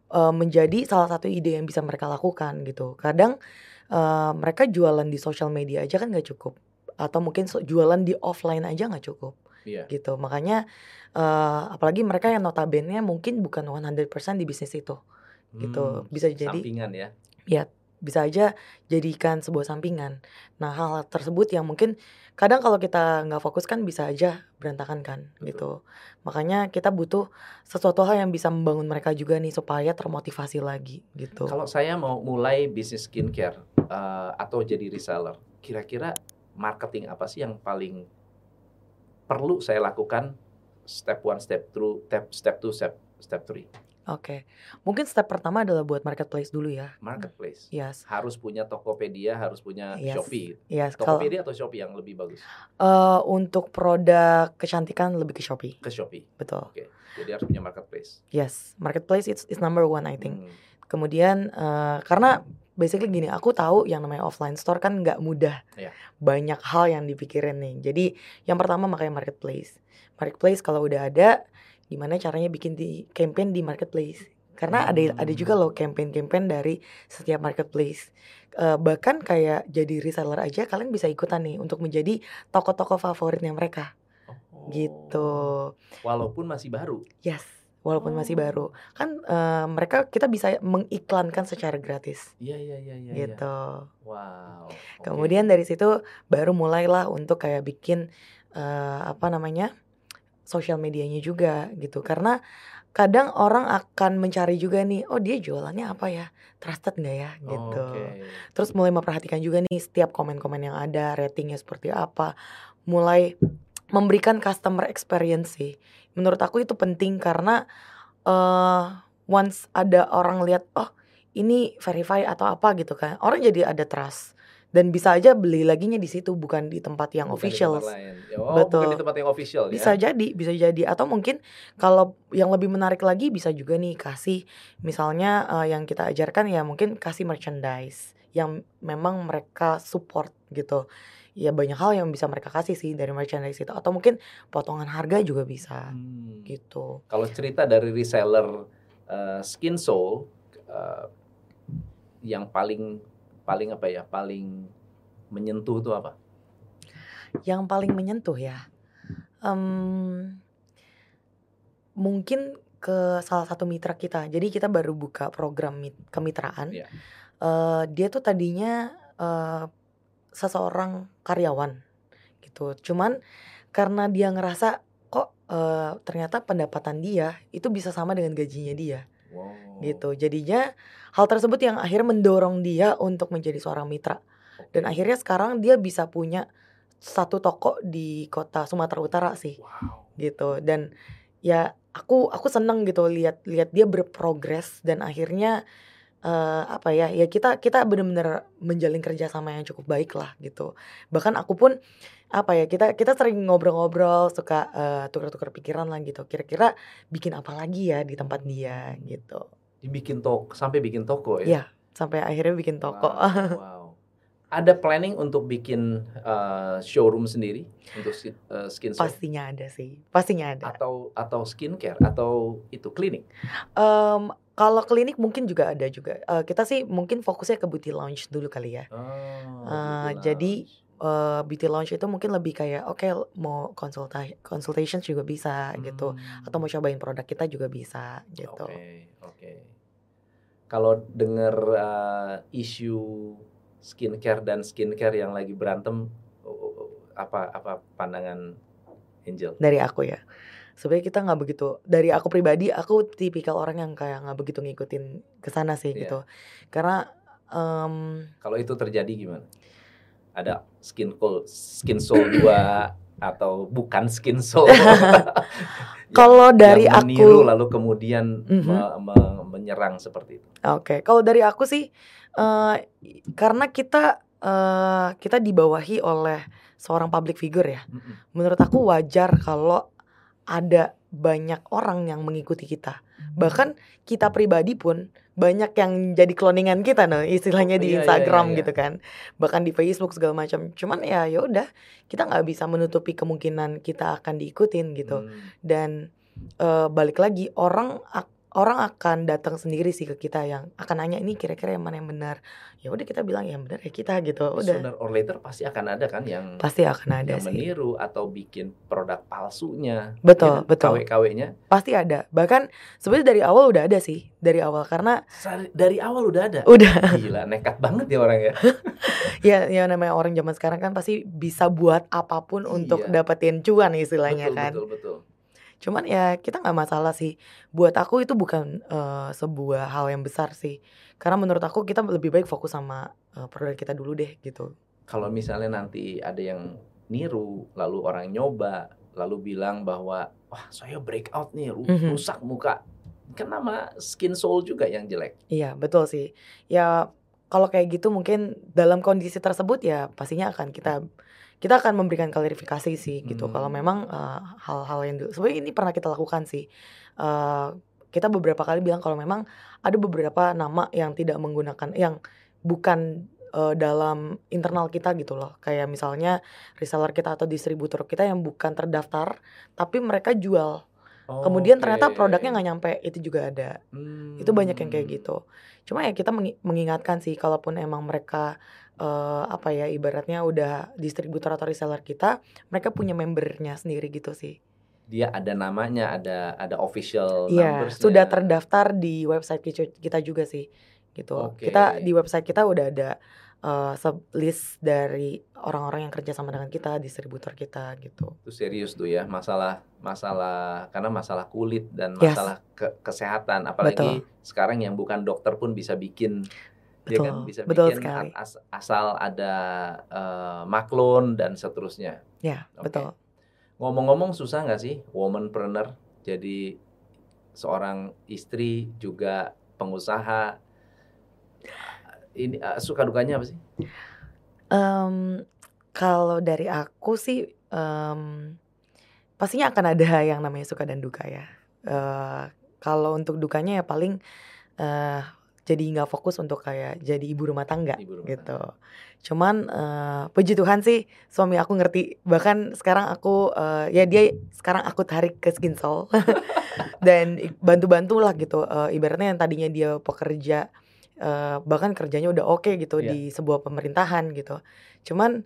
menjadi salah satu ide yang bisa mereka lakukan gitu. Kadang mereka jualan di social media aja kan nggak cukup, atau mungkin jualan di offline aja nggak cukup. Iya. Gitu. Makanya apalagi mereka yang notabene mungkin bukan 100% di bisnis itu. Gitu. Bisa jadi Sampingan ya. ya, bisa aja jadikan sebuah sampingan. Nah, hal tersebut yang mungkin kadang kalau kita nggak fokus kan bisa aja berantakan kan. Betul. Gitu. Makanya kita butuh sesuatu hal yang bisa membangun mereka juga nih supaya termotivasi lagi gitu. Kalau saya mau mulai bisnis skincare atau jadi reseller, kira-kira marketing apa sih yang paling perlu saya lakukan? Step 1, step 2, step 2, step 3. Oke. Mungkin step pertama adalah buat marketplace dulu ya. Marketplace. Yes. Harus punya Tokopedia, harus punya Yes. Shopee. Yes. Tokopedia atau Shopee yang lebih bagus? Untuk produk kecantikan lebih ke Shopee. Ke Shopee. Betul. Oke. Jadi harus punya marketplace. Yes, marketplace is number one I think. Kemudian karena basically gini, aku tahu yang namanya offline store kan nggak mudah. Iya. Banyak hal yang dipikirin nih. Jadi yang pertama makanya marketplace. Marketplace kalau udah ada, gimana caranya bikin di campaign di marketplace. Karena ada juga loh campaign dari setiap marketplace. Bahkan kayak jadi reseller aja kalian bisa ikutan nih untuk menjadi toko-toko favoritnya mereka. Gitu. Walaupun masih baru. Yes, walaupun masih baru. Kan kita bisa mengiklankan secara gratis. Iya. Gitu. Wow. Kemudian dari situ baru mulailah untuk kayak bikin sosial medianya juga gitu. Karena kadang orang akan mencari juga nih, oh dia jualannya apa ya, trusted nggak ya gitu. Terus mulai memperhatikan juga nih setiap komen-komen yang ada, ratingnya seperti apa. Mulai memberikan customer experience sih. Menurut aku itu penting karena once ada orang lihat, oh ini verify atau apa gitu kan, orang jadi ada trust. Dan bisa aja beli laginya di situ, bukan di tempat yang official. Betul. Bukan di tempat yang official ya. Bisa jadi. Atau mungkin kalau yang lebih menarik lagi bisa juga nih kasih, misalnya yang kita ajarkan ya mungkin kasih merchandise yang memang mereka support gitu. Ya banyak hal yang bisa mereka kasih sih dari merchandise itu. Atau mungkin potongan harga juga bisa gitu. Kalau cerita dari reseller Skin Soul, yang paling menyentuh itu apa? Yang paling menyentuh ya, mungkin ke salah satu mitra kita. Jadi kita baru buka program kemitraan. Yeah. Dia tuh tadinya seseorang karyawan gitu. Cuman karena dia ngerasa kok ternyata pendapatan dia itu bisa sama dengan gajinya dia. Wow. Gitu. Jadinya hal tersebut yang akhirnya mendorong dia untuk menjadi seorang mitra. Dan akhirnya sekarang dia bisa punya satu toko di kota Sumatera Utara sih. Wow. Gitu. Dan ya aku seneng gitu lihat dia berprogres dan akhirnya kita benar-benar menjalin kerjasama yang cukup baik lah gitu. Bahkan aku pun kita sering ngobrol-ngobrol, suka tukar-tukar pikiran lah gitu. Kira-kira bikin apa lagi ya di tempat dia gitu. Sampai bikin toko ya? Iya, sampai akhirnya bikin toko. Wow. Ada planning untuk bikin showroom sendiri untuk Skin Soul? Pastinya ada sih, pastinya ada. Atau skincare atau itu klinik? Kalau klinik mungkin juga ada juga. Kita sih mungkin fokusnya ke beauty lounge dulu kali ya. Jadi beauty lounge itu mungkin lebih kayak mau consultation juga bisa gitu, atau mau cobain produk kita juga bisa gitu. Oke. Kalau dengar isu skincare dan skincare yang lagi berantem, apa pandangan Angel? Dari aku ya, sebenarnya kita nggak begitu. Dari aku pribadi, aku tipikal orang yang kayak nggak begitu ngikutin kesana sih gitu. Karena kalau itu terjadi gimana? Ada Skin Soul 2 atau bukan Skin Soul? Kalau dari yang meniru lalu kemudian menyerang seperti itu. Oke, kalau dari aku sih karena kita dibawahi oleh seorang public figure ya. Menurut aku wajar kalau ada banyak orang yang mengikuti kita. Bahkan kita pribadi pun banyak yang jadi cloningan kita istilahnya di Instagram gitu kan. Bahkan di Facebook segala macam. Cuman ya udah, kita nggak bisa menutupi kemungkinan kita akan diikutin gitu. Dan balik lagi, orang orang akan datang sendiri sih ke kita, yang akan nanya ini kira-kira yang mana yang benar. Ya udah kita bilang yang benar ya kita gitu. Tapi Udah sooner or later pasti akan ada kan yang pasti akan ada sih. meniru atau bikin produk palsunya. Betul, ya kan? betul. KW-KW-nya Pasti ada. Bahkan sebenarnya dari awal udah ada sih. Dari awal karena dari awal udah ada. udah Gila, nekat banget ya orang ya. ya namanya orang zaman sekarang kan pasti bisa buat apapun untuk Iya. dapetin cuan istilahnya Betul, kan. betul. Cuman ya kita nggak masalah sih. Buat aku itu bukan sebuah hal yang besar sih. Karena menurut aku kita lebih baik fokus sama produk kita dulu deh gitu. Kalau misalnya nanti ada yang niru, lalu orang nyoba, lalu bilang bahwa wah saya breakout nih, rusak muka, kan nama Skin Soul juga yang jelek. Iya betul sih. Ya kalau kayak gitu mungkin dalam kondisi tersebut ya pastinya akan kita akan memberikan klarifikasi sih gitu. Kalau memang hal-hal yang sebenarnya ini pernah kita lakukan sih. Kita beberapa kali bilang kalau memang ada beberapa nama yang tidak menggunakan, yang bukan dalam internal kita gitu loh. Kayak misalnya reseller kita atau distributor kita yang bukan terdaftar tapi mereka jual. Kemudian ternyata produknya nggak nyampe, itu juga ada. Itu banyak yang kayak gitu. Cuma ya kita mengingatkan sih, kalaupun emang mereka ibaratnya udah distributor atau reseller kita, mereka punya membernya sendiri gitu sih. Dia ada namanya, ada official Iya, numbersnya. sudah terdaftar di website kita juga sih gitu. Kita di website kita udah ada list dari orang-orang yang kerja sama dengan kita, distributor kita gitu. Itu serius tuh ya, masalah karena masalah kulit dan masalah kesehatan, apalagi sekarang yang bukan dokter pun bisa bikin. Dia kan bisa bikin asal ada maklun dan seterusnya. Ya, betul. Ngomong-ngomong, susah nggak sih womanpreneur, jadi seorang istri juga pengusaha? Ini suka dukanya apa sih? Kalau dari aku sih pastinya akan ada yang namanya suka dan duka ya. Kalau untuk dukanya ya paling jadi nggak fokus untuk kayak jadi ibu rumah tangga gitu. Cuman puji Tuhan sih suami aku ngerti. Bahkan sekarang aku dia sekarang aku tarik ke Skin Soul dan bantu-bantu lah gitu. Ibaratnya yang tadinya dia pekerja, bahkan kerjanya udah oke gitu di sebuah pemerintahan gitu. Cuman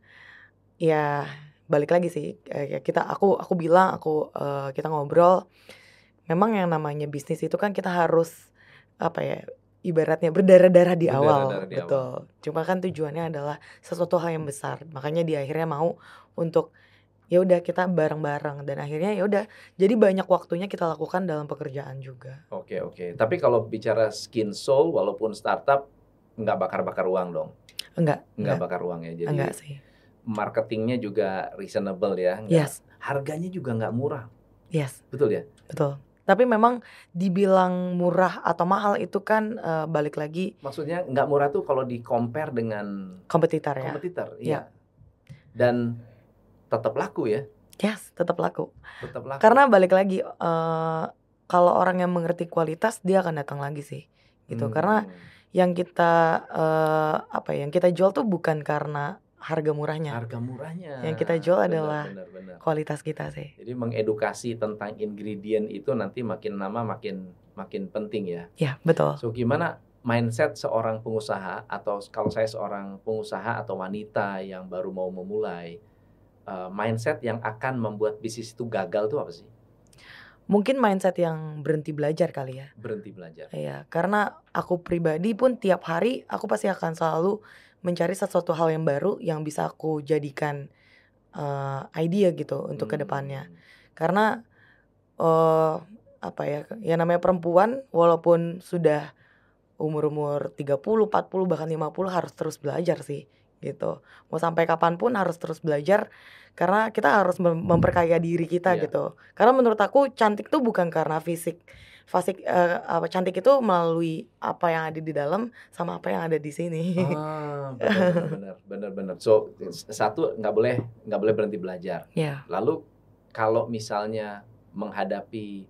ya balik lagi sih, aku bilang kita ngobrol. Memang yang namanya bisnis itu kan kita harus ibaratnya berdarah-darah di awal, betul. Cuma kan tujuannya adalah sesuatu hal yang besar. Makanya di akhirnya mau untuk ya udah kita bareng-bareng, dan akhirnya ya udah jadi banyak waktunya kita lakukan dalam pekerjaan juga. Oke. Tapi kalau bicara Skin Soul walaupun startup nggak bakar-bakar uang dong? Enggak bakar uang ya. Jadi enggak sih. Marketingnya juga reasonable ya. Yes. Harganya juga nggak murah. Yes. Betul ya? Betul. Tapi memang dibilang murah atau mahal itu kan balik lagi. Maksudnya nggak murah tuh kalau di compare dengan kompetitor ya. Iya. Dan tetap laku ya. Yes, tetap laku. Karena balik lagi kalau orang yang mengerti kualitas dia akan datang lagi sih gitu. Karena yang kita yang kita jual tuh bukan karena harga murahnya. Yang kita jual adalah kualitas kita sih. Jadi mengedukasi tentang ingredient itu nanti makin lama makin penting ya. Ya, betul. So gimana mindset seorang pengusaha, atau kalau saya seorang pengusaha atau wanita yang baru mau memulai, mindset yang akan membuat bisnis itu gagal tuh apa sih? Mungkin mindset yang berhenti belajar kali ya. Berhenti belajar. Iya, karena aku pribadi pun tiap hari aku pasti akan selalu mencari sesuatu hal yang baru yang bisa aku jadikan idea gitu untuk kedepannya. Karena ya namanya perempuan walaupun sudah umur 30, 40 bahkan 50 harus terus belajar sih gitu. Mau sampai kapanpun harus terus belajar, karena kita harus memperkaya diri kita gitu. Karena menurut aku cantik tuh bukan karena fisik. Cantik itu melalui apa yang ada di dalam sama apa yang ada di sini. Benar. So satu, nggak boleh berhenti belajar. Yeah. Lalu kalau misalnya menghadapi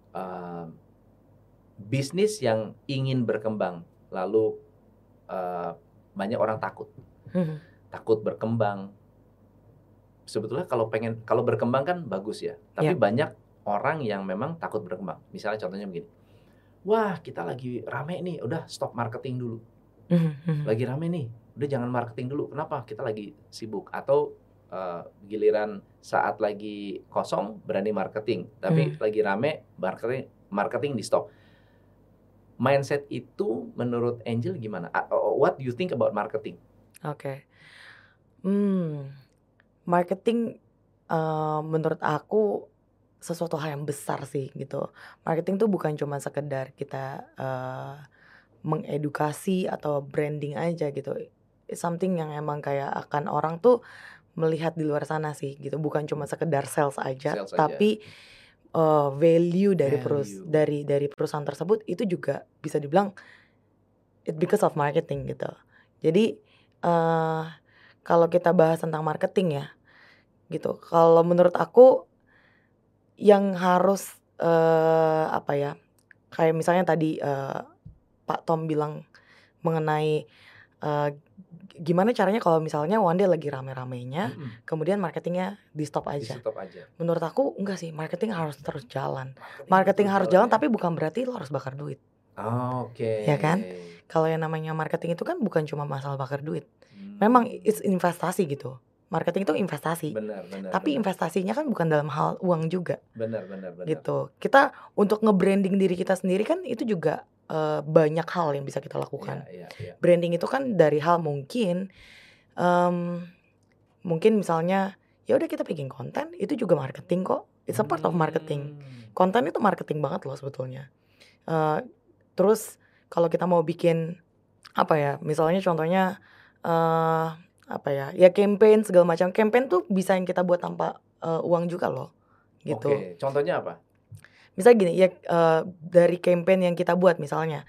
bisnis yang ingin berkembang, lalu banyak orang takut berkembang. Sebetulnya kalau berkembang kan bagus ya, tapi banyak orang yang memang takut berkembang. Misalnya contohnya begini, wah kita lagi rame nih, udah stop marketing dulu. Lagi rame nih, udah jangan marketing dulu. Kenapa? Kita lagi sibuk. Atau giliran saat lagi kosong berani marketing, tapi lagi rame marketing di stop. Mindset itu menurut Angel gimana? What do you think about marketing? Oke. Marketing menurut aku sesuatu hal yang besar sih gitu. Marketing tuh bukan cuma sekedar kita mengedukasi atau branding aja gitu. It's something yang emang kayak akan orang tuh melihat di luar sana sih gitu. Bukan cuma sekedar sales aja, Sales aja. tapi value dari Value. dari perusahaan tersebut itu juga bisa dibilang it because of marketing gitu. Jadi kalau kita bahas tentang marketing ya gitu. Kalau menurut aku yang harus apa ya? Kayak misalnya tadi Pak Tom bilang mengenai gimana caranya kalau misalnya one day lagi rame-ramenya, kemudian marketingnya di stop Di aja. stop aja. Menurut aku enggak sih, marketing harus terus jalan. Marketing harus jalan, tapi bukan berarti lo harus bakar duit. Oke. Ya kan? Kalau yang namanya marketing itu kan bukan cuma masalah bakar duit. Memang it's investasi gitu. Marketing itu investasi. Benar. Tapi investasinya kan bukan dalam hal uang juga. Benar. Gitu. Kita untuk nge-branding diri kita sendiri kan itu juga banyak hal yang bisa kita lakukan. Iya. Branding itu kan dari hal mungkin misalnya ya udah kita bikin konten, itu juga marketing kok. It's a part of marketing. Konten itu marketing banget loh sebetulnya. Terus kalau kita mau bikin apa ya, misalnya contohnya apa ya, ya campaign segala macam. Campaign tuh bisa yang kita buat tanpa uang juga loh gitu. Oke, contohnya apa? Misalnya gini ya, dari campaign yang kita buat misalnya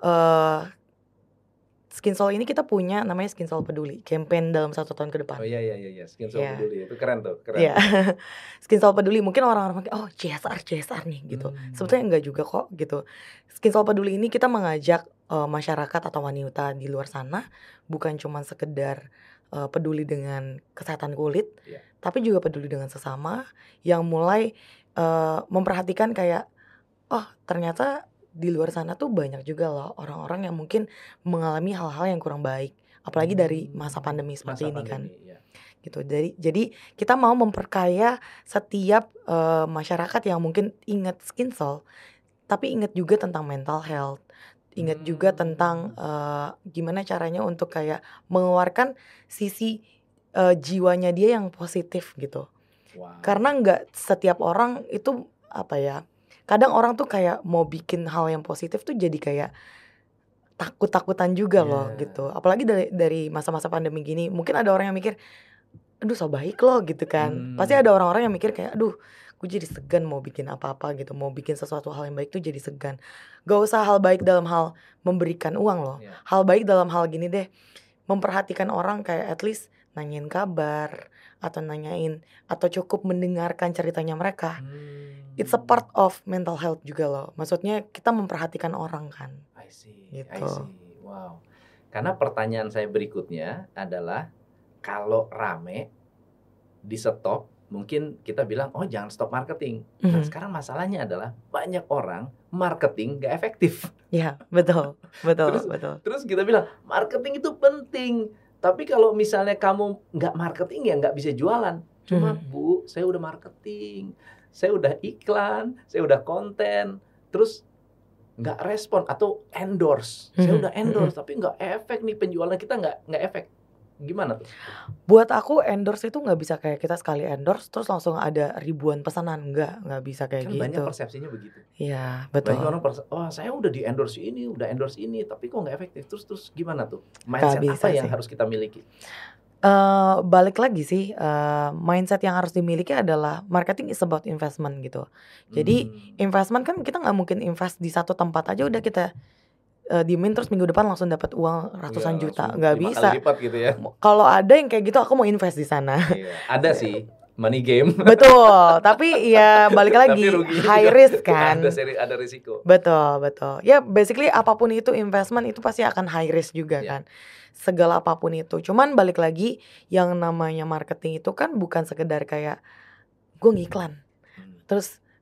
Skinsol ini kita punya namanya Skinsol Peduli, campaign dalam 1 tahun ke depan. Oh iya, Skinsol Peduli itu keren tuh, keren. Iya. Skinsol Peduli mungkin orang-orang mikir, oh CSR nih gitu. Sebetulnya enggak juga kok gitu. Skinsol Peduli ini kita mengajak masyarakat atau wanita di luar sana bukan cuma sekedar peduli dengan kesehatan kulit, tapi juga peduli dengan sesama, yang mulai memperhatikan kayak, oh ternyata di luar sana tuh banyak juga loh orang-orang yang mungkin mengalami hal-hal yang kurang baik, apalagi dari masa pandemi seperti ini kan. Gitu. Jadi kita mau memperkaya setiap masyarakat yang mungkin ingat Skinsol, tapi ingat juga tentang mental health, ingat juga tentang gimana caranya untuk kayak mengeluarkan sisi jiwanya dia yang positif gitu. Wow. Karena nggak setiap orang itu apa ya, kadang orang tuh kayak mau bikin hal yang positif tuh jadi kayak takut-takutan juga loh gitu. Apalagi dari masa-masa pandemi gini, mungkin ada orang yang mikir, aduh so baik loh gitu kan. Pasti ada orang-orang yang mikir kayak, aduh gue jadi segan mau bikin apa-apa gitu, mau bikin sesuatu hal yang baik tuh jadi segan. Gak usah hal baik dalam hal memberikan uang loh. Hal baik dalam hal gini deh, memperhatikan orang kayak at least nanyain kabar, atau nanyain, atau cukup mendengarkan ceritanya mereka. It's a part of mental health juga loh. Maksudnya kita memperhatikan orang kan. I see. Gitu. Wow. Karena pertanyaan saya berikutnya adalah, kalau rame di stop, mungkin kita bilang, oh jangan stop marketing. Nah sekarang masalahnya adalah banyak orang marketing gak efektif. Ya betul. Terus kita bilang marketing itu penting, tapi kalau misalnya kamu nggak marketing ya nggak bisa jualan. Cuma Bu, saya udah marketing, saya udah iklan, saya udah konten, terus nggak respon atau endorse. Saya udah endorse tapi nggak efek nih, penjualan kita nggak efek. Gimana tuh? Buat aku endorse itu nggak bisa kayak kita sekali endorse terus langsung ada ribuan pesanan, nggak bisa kayak kan gitu. Banyak persepsinya begitu. Iya betul. Banyak orang saya udah di endorse ini, tapi kok nggak efektif. Terus gimana tuh? Mindset apa yang harus kita miliki? Balik lagi sih, mindset yang harus dimiliki adalah marketing is about investment gitu. Jadi investment kan kita nggak mungkin invest di satu tempat aja udah kita diemin terus minggu depan langsung dapat uang ratusan juta, nggak bisa. Gitu ya. Kalau ada yang kayak gitu aku mau invest di sana. Iya, ada sih money game. Betul, tapi ya balik lagi high risk kan. Ada risiko. Betul. Ya basically apapun itu investment itu pasti akan high risk juga kan. Segala apapun itu. Cuman balik lagi yang namanya marketing itu kan bukan sekedar kayak gue ngiklan. Terus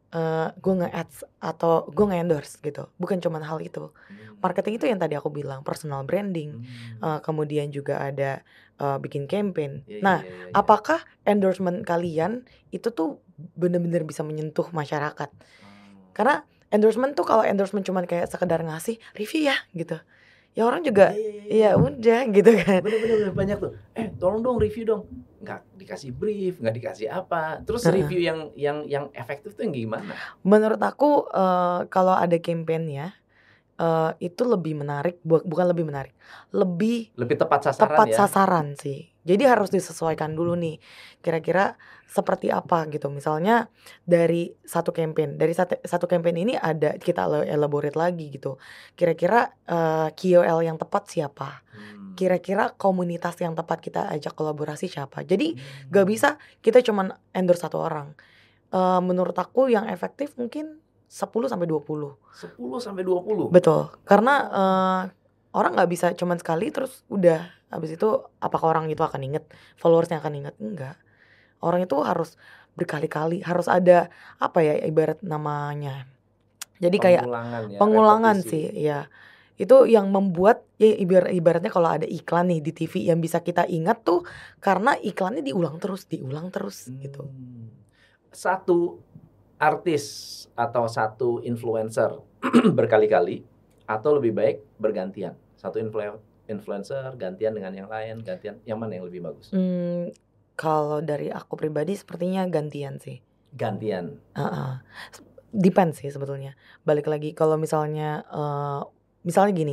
gue nge-ads atau gue nge-endorse gitu. Bukan cuman hal itu. Marketing itu yang tadi aku bilang, personal branding, kemudian juga ada bikin campaign. Nah, apakah endorsement kalian itu tuh bener-bener bisa menyentuh masyarakat? Karena endorsement tuh kalau endorsement cuman kayak sekedar ngasih review ya gitu, ya orang juga ya udah gitu kan. Bener-bener banyak tuh. Tolong dong review dong. Nggak dikasih brief, nggak dikasih apa. Terus review yang efektif tuh yang gimana? Menurut aku kalau ada campaign-nya itu lebih menarik, bukan lebih menarik, lebih tepat sasaran ya. sasaran sih. Jadi harus disesuaikan dulu nih, kira-kira seperti apa gitu. Misalnya dari satu campaign ini ada kita elaborate lagi gitu. Kira-kira KOL yang tepat siapa? Kira-kira komunitas yang tepat kita ajak kolaborasi siapa? Jadi gak bisa kita cuman endorse satu orang. Menurut aku yang efektif mungkin 10 sampai 20. 10 sampai 20. Betul. Karena orang nggak bisa cuman sekali terus udah, habis itu apakah orang itu akan inget, followersnya akan inget? Enggak. Orang itu harus berkali-kali, harus ada apa ya ibarat namanya. Jadi kayak pengulangan sih, ya. Itu yang membuat ya ibaratnya kalau ada iklan nih di TV yang bisa kita ingat tuh karena iklannya diulang terus gitu. Satu artis atau satu influencer berkali-kali atau lebih baik bergantian? Satu influencer gantian dengan yang lain, yang mana yang lebih bagus? Kalau dari aku pribadi sepertinya gantian sih. Gantian. Depends sih sebetulnya. Balik lagi kalau misalnya misalnya gini,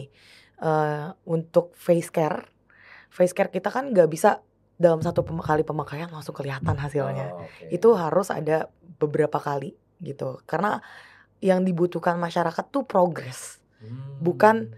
untuk face care kita kan nggak bisa dalam satu kali pemakaian langsung kelihatan hasilnya. Itu harus ada beberapa kali gitu. Karena yang dibutuhkan masyarakat tuh progress, bukan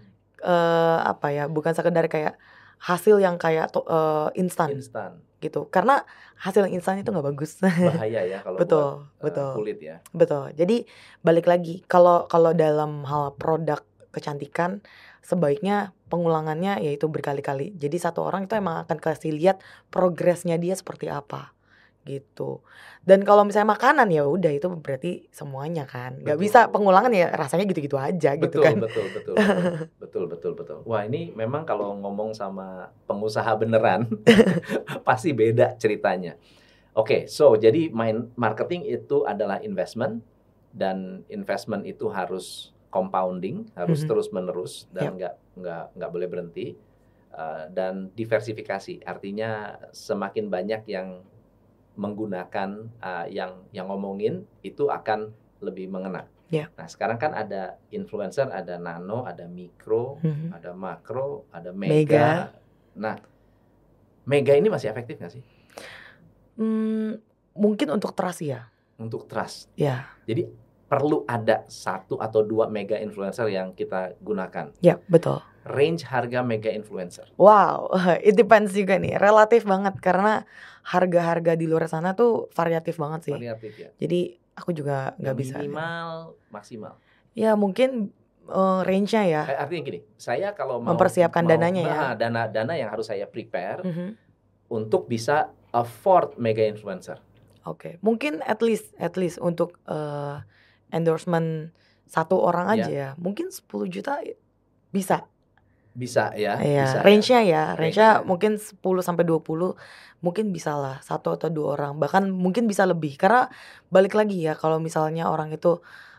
bukan sekedar kayak hasil yang kayak instan gitu. Karena hasil yang instan itu nggak bagus. Bahaya ya kalau buat kulit ya. Betul. Jadi balik lagi kalau dalam hal produk kecantikan sebaiknya pengulangannya yaitu berkali-kali. Jadi satu orang itu emang akan kasih lihat progresnya dia seperti apa gitu. Dan kalau misalnya makanan ya udah itu berarti semuanya kan. Gak bisa pengulangan ya rasanya gitu-gitu aja gitu kan. Betul. Wah, ini memang kalau ngomong sama pengusaha beneran pasti beda ceritanya. Oke, so jadi marketing itu adalah investment dan investment itu harus compounding, harus terus-menerus dan nggak boleh berhenti, dan diversifikasi. Artinya semakin banyak yang menggunakan yang ngomongin itu akan lebih mengena. Nah, sekarang kan ada influencer, ada nano, ada mikro, ada makro, ada mega. Nah, mega ini masih efektif nggak sih? Mungkin untuk trust ya. Untuk trust. Ya. Jadi perlu ada 1 atau 2 mega influencer yang kita gunakan. Ya, betul. Range harga mega influencer. Wow, it depends juga nih. Relatif banget karena harga-harga di luar sana tuh variatif banget sih. Variatif ya. Jadi aku juga nggak bisa. Minimal, maksimal. Ya mungkin range-nya ya. Artinya gini, saya kalau mau mempersiapkan dananya ya. Dana yang harus saya prepare untuk bisa afford mega influencer. Oke. Mungkin at least untuk endorsement satu orang aja ya. Mungkin 10 juta bisa. Bisa ya. Iya, range-nya ya. Range-nya mungkin 10 sampai 20 mungkin bisa lah 1 atau 2 orang. Bahkan mungkin bisa lebih. Karena balik lagi ya kalau misalnya orang itu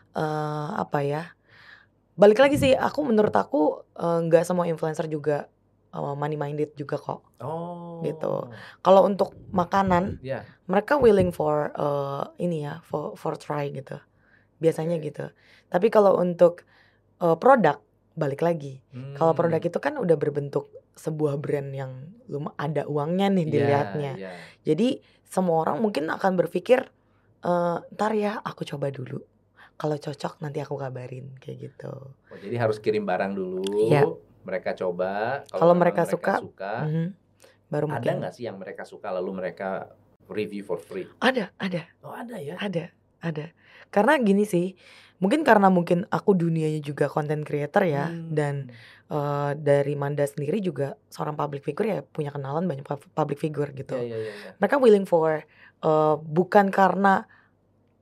balik lagi sih menurut aku nggak semua influencer juga money minded juga kok. Gitu. Kalau untuk makanan mereka willing for for try gitu. Biasanya gitu. Tapi kalau untuk produk balik lagi. Kalau produk itu kan udah berbentuk sebuah brand yang ada uangnya nih dilihatnya. Jadi semua orang mungkin akan berpikir ntar ya aku coba dulu. Kalau cocok nanti aku kabarin kayak gitu. Jadi harus kirim barang dulu. Mereka coba. Kalau mereka suka baru ada mungkin. nggak sih yang mereka suka lalu mereka review for free? Ada. Oh, ada ya? Ada. Karena gini sih, mungkin aku dunianya juga content creator ya, dan dari Manda sendiri juga seorang public figure ya, punya kenalan banyak public figure gitu. Yeah. Mereka willing for bukan karena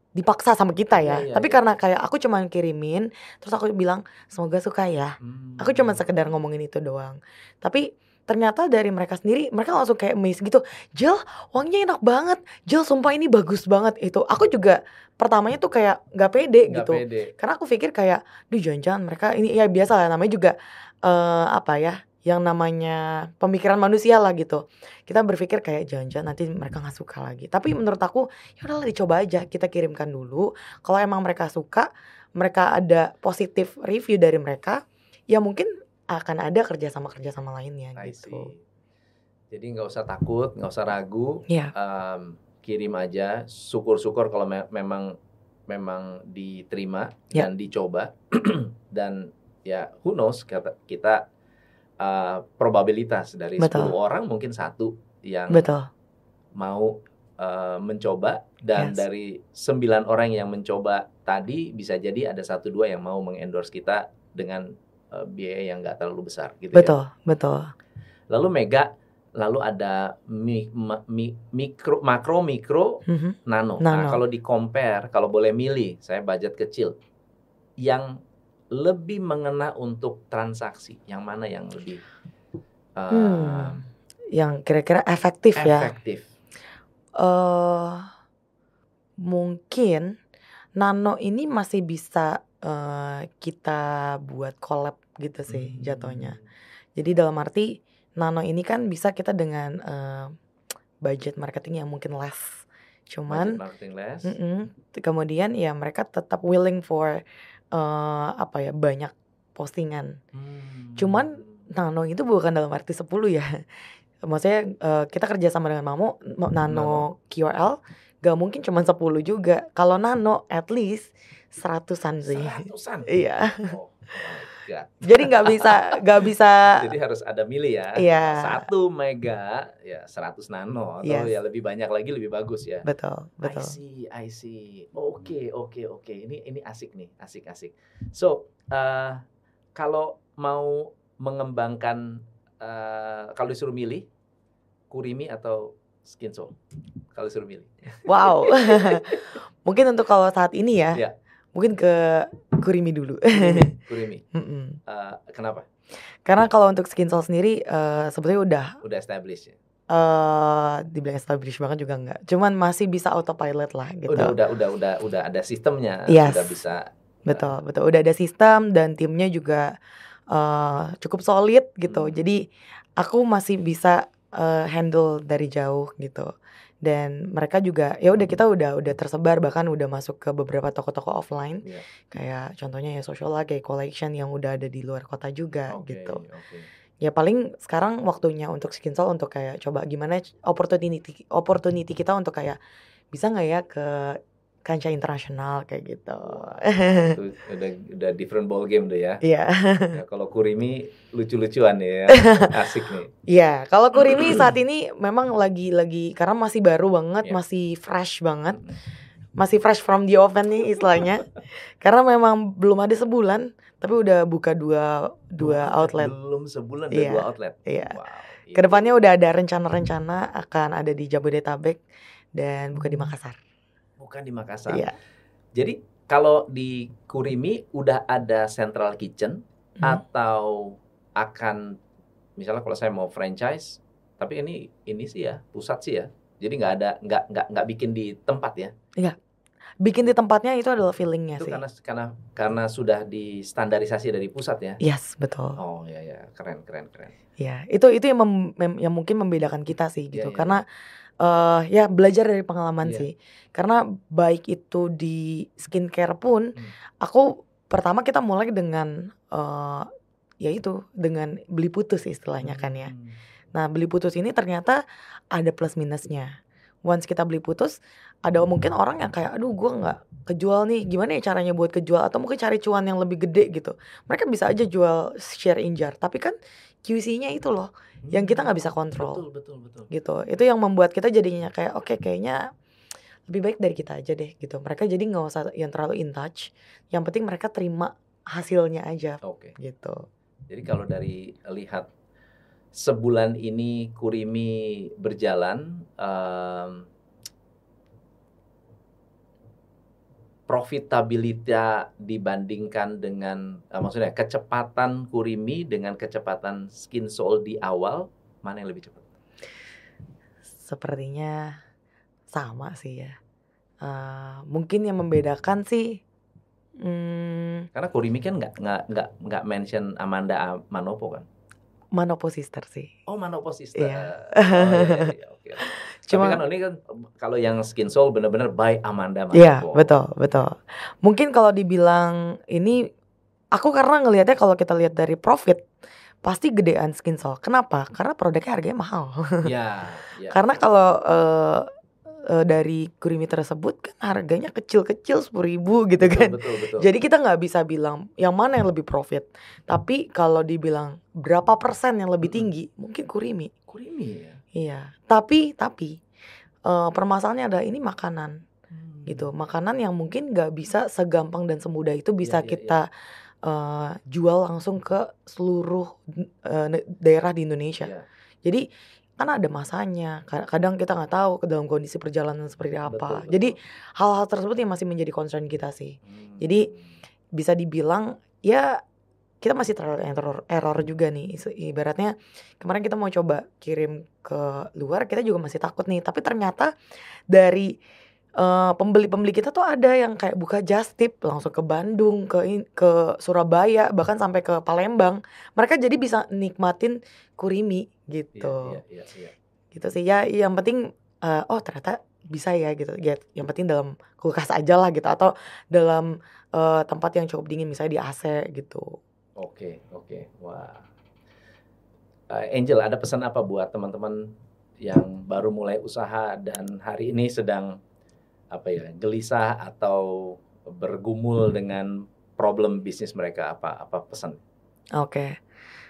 dipaksa sama kita ya. Iya, Tapi iya. karena kayak aku cuma kirimin, terus aku bilang semoga suka ya. Aku cuma sekedar ngomongin itu doang. Tapi ternyata dari mereka sendiri, mereka langsung kayak amazed gitu. Jel, wanginya enak banget. Jel, sumpah ini bagus banget itu. Aku juga pertamanya tuh kayak nggak pede Nggak gitu. pede. Karena aku pikir kayak, duh jangan-jangan mereka ini ya biasa lah namanya juga apa ya, yang namanya pemikiran manusia lah gitu. Kita berpikir kayak jangan-jangan nanti mereka nggak suka lagi. Tapi menurut aku ya udahlah dicoba aja, kita kirimkan dulu. Kalau emang mereka suka, mereka ada positif review dari mereka, ya mungkin akan ada kerjasama lainnya I gitu. see. Jadi nggak usah takut, nggak usah ragu, Iya. kirim aja. Syukur-syukur kalau memang diterima Ya. dan dicoba. Dan ya who knows, kita probabilitas dari Betul. 10 orang mungkin satu yang Betul. mau mencoba, dan Yes. dari 9 orang yang mencoba tadi bisa jadi ada 1-2 yang mau mengendorse kita dengan biaya yang nggak terlalu besar gitu ya. Betul, betul. Lalu mega, lalu ada mikro, makro, mikro, nano. Nah, Nano. kalau di compare, kalau boleh milih, saya budget kecil, yang lebih mengena untuk transaksi, yang mana yang lebih yang kira-kira efektif ya? efektif? Mungkin nano ini masih bisa kita buat collab gitu sih jatuhnya. Jadi dalam arti nano ini kan bisa kita dengan budget marketing yang mungkin less. Cuman Budget marketing less. Kemudian ya mereka tetap willing for banyak postingan. Cuman nano itu bukan dalam arti 10 ya. Maksudnya kita kerja sama dengan nano QRL gak mungkin cuma 10 juga. Kalau nano at least 100-an sih. 100-an? Iya. Oh my God. Jadi gak bisa. Jadi harus ada milih ya. Iya. 1 mega ya 100 nano, atau Yes. ya lebih banyak lagi lebih bagus ya. Betul. I see. Oke. Ini asik nih, asik. So, kalau mau mengembangkan, kalau disuruh milih Kurimi atau Skinsole? Kalau disuruh milih. Wow. Mungkin untuk kalau saat ini ya. Ya. Mungkin ke Kurimi dulu. Kurimi. Kenapa? Karena kalau untuk Skinsole sendiri sebetulnya udah established ya. Dibilang established banget juga enggak. Cuman masih bisa autopilot lah gitu. Udah ada sistemnya. Yes. Sudah bisa. Betul. Udah ada sistem dan timnya juga cukup solid gitu. Jadi aku masih bisa handle dari jauh gitu. Dan mereka juga ya udah kita udah tersebar, bahkan udah masuk ke beberapa toko-toko offline. Yeah. Kayak contohnya ya Social lah, kayak Collection yang udah ada di luar kota juga gitu. Okay. Ya paling sekarang waktunya untuk Skinsole untuk kayak coba gimana opportunity kita untuk kayak bisa nggak ya ke kancah internasional kayak gitu. Itu udah different ball game tuh ya. Iya. Ya, kalau Kurimi lucu-lucuan ya, asik nih. Iya, kalau Kurimi saat ini memang lagi karena masih baru banget, Yeah. masih fresh banget. Masih fresh from the oven nih istilahnya. Karena memang belum ada sebulan, tapi udah buka dua outlet. Belum sebulan Iya. 2 outlet. Iya. Wow. Kedepannya udah ada rencana akan ada di Jabodetabek dan buka di Makassar. Bukan di Makassar. Iya. Jadi kalau di Kurimi udah ada central kitchen atau akan, misalnya kalau saya mau franchise, tapi ini sih ya pusat sih ya. Jadi nggak bikin di tempat ya. Iya. Bikin di tempatnya itu adalah feelingnya Itu sih. karena sudah distandarisasi dari pusat ya. Yes, betul. Oh ya, keren. Ya, itu yang mungkin membedakan kita sih gitu. Iya. Karena ya belajar dari pengalaman Iya. sih. Karena baik itu di skincare pun, aku pertama kita mulai dengan dengan beli putus istilahnya kan ya. Nah, beli putus ini ternyata ada plus minusnya. Once kita beli putus, ada mungkin orang yang kayak, aduh gue nggak kejual nih, gimana ya caranya buat kejual, atau mungkin cari cuan yang lebih gede gitu. Mereka bisa aja jual share in jar, tapi kan QC-nya itu loh yang kita nggak bisa kontrol. Betul. Gitu. Itu yang membuat kita jadinya kayak oke, kayaknya lebih baik dari kita aja deh gitu. Mereka jadi nggak usah yang terlalu in touch. Yang penting mereka terima hasilnya aja. Oke. Gitu. Jadi kalau dari lihat sebulan ini Kurimi berjalan, profitability dibandingkan dengan maksudnya kecepatan Kurimi dengan kecepatan Skinsole di awal, mana yang lebih cepat? Sepertinya sama sih ya. Mungkin yang membedakan sih karena Kurimi kan nggak mention Amanda Manopo kan? Manopo Sister sih. Oh, Manopo Sister. Iya. Iya, oke. Cuma Tapi kan ini kan kalau yang Skinsole benar-benar by Amanda iya, Manopo. betul. Mungkin kalau dibilang ini, aku karena ngelihatnya kalau kita lihat dari profit pasti gedean Skinsole. Kenapa? Karena produknya harganya mahal. Iya. Karena kalau dari Kurimi tersebut kan harganya kecil-kecil 10.000 gitu kan. Betul. Jadi kita nggak bisa bilang yang mana yang lebih profit. Tapi kalau dibilang berapa persen yang lebih tinggi, mungkin Kurimi ya. Iya. Tapi permasalahannya ada ini makanan gitu. Makanan yang mungkin nggak bisa segampang dan semudah itu bisa kita jual langsung ke seluruh daerah di Indonesia. Iya. Jadi kan ada masanya, kadang kita nggak tahu ke dalam kondisi perjalanan seperti apa. Betul. Jadi hal-hal tersebut yang masih menjadi concern kita sih. Jadi bisa dibilang ya kita masih trial and error juga nih. Ibaratnya kemarin kita mau coba kirim ke luar, kita juga masih takut nih. Tapi ternyata dari pembeli-pembeli kita tuh ada yang kayak buka just tip langsung ke Bandung, ke Surabaya, bahkan sampai ke Palembang. Mereka jadi bisa nikmatin Kurimi gitu. Iya. Gitu sih ya. Yang penting oh ternyata bisa ya gitu. Yang penting dalam kulkas aja lah gitu, atau dalam tempat yang cukup dingin, misalnya di AC gitu. Oke. Wah. Angel, ada pesan apa buat teman-teman yang baru mulai usaha dan hari ini sedang gelisah atau bergumul dengan problem bisnis mereka? Apa pesan? Oke.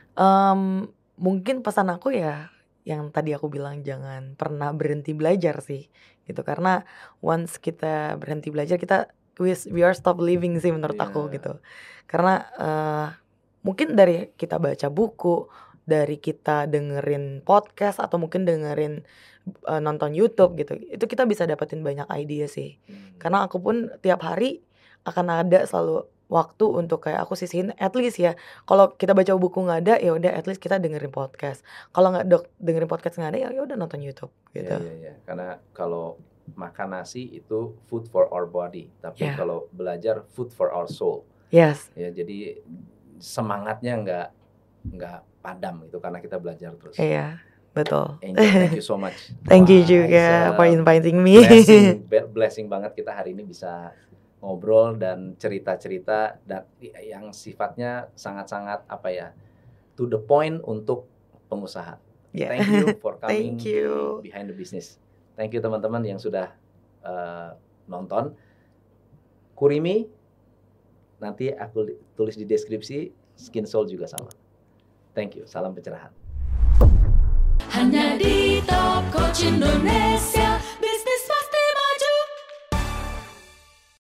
Mungkin pesan aku ya yang tadi aku bilang, jangan pernah berhenti belajar sih gitu. Karena once kita berhenti belajar, we are stop living sih menurut aku gitu. Karena mungkin dari kita baca buku, dari kita dengerin podcast, atau mungkin dengerin nonton YouTube gitu, itu kita bisa dapetin banyak ide sih. Karena aku pun tiap hari akan ada selalu waktu untuk kayak aku sisihin at least ya. Kalau kita baca buku nggak ada, ya udah at least kita dengerin podcast. Kalau nggak dengerin podcast nggak ada, ya udah nonton YouTube gitu. Iya. Karena kalau makan nasi itu food for our body, tapi kalau belajar food for our soul. Yes. Ya, jadi semangatnya nggak padam gitu karena kita belajar terus. Iya, betul. Angel, thank you so much. Thank you juga for inviting me. Blessing banget kita hari ini bisa ngobrol dan cerita-cerita dan yang sifatnya sangat-sangat to the point untuk pengusaha. Thank you for coming behind the business. Thank you teman-teman yang sudah nonton. Kurimi nanti aku tulis di deskripsi, Skinsole juga sama. Thank you, salam pencerahan. Hanya di Top Coach Indonesia.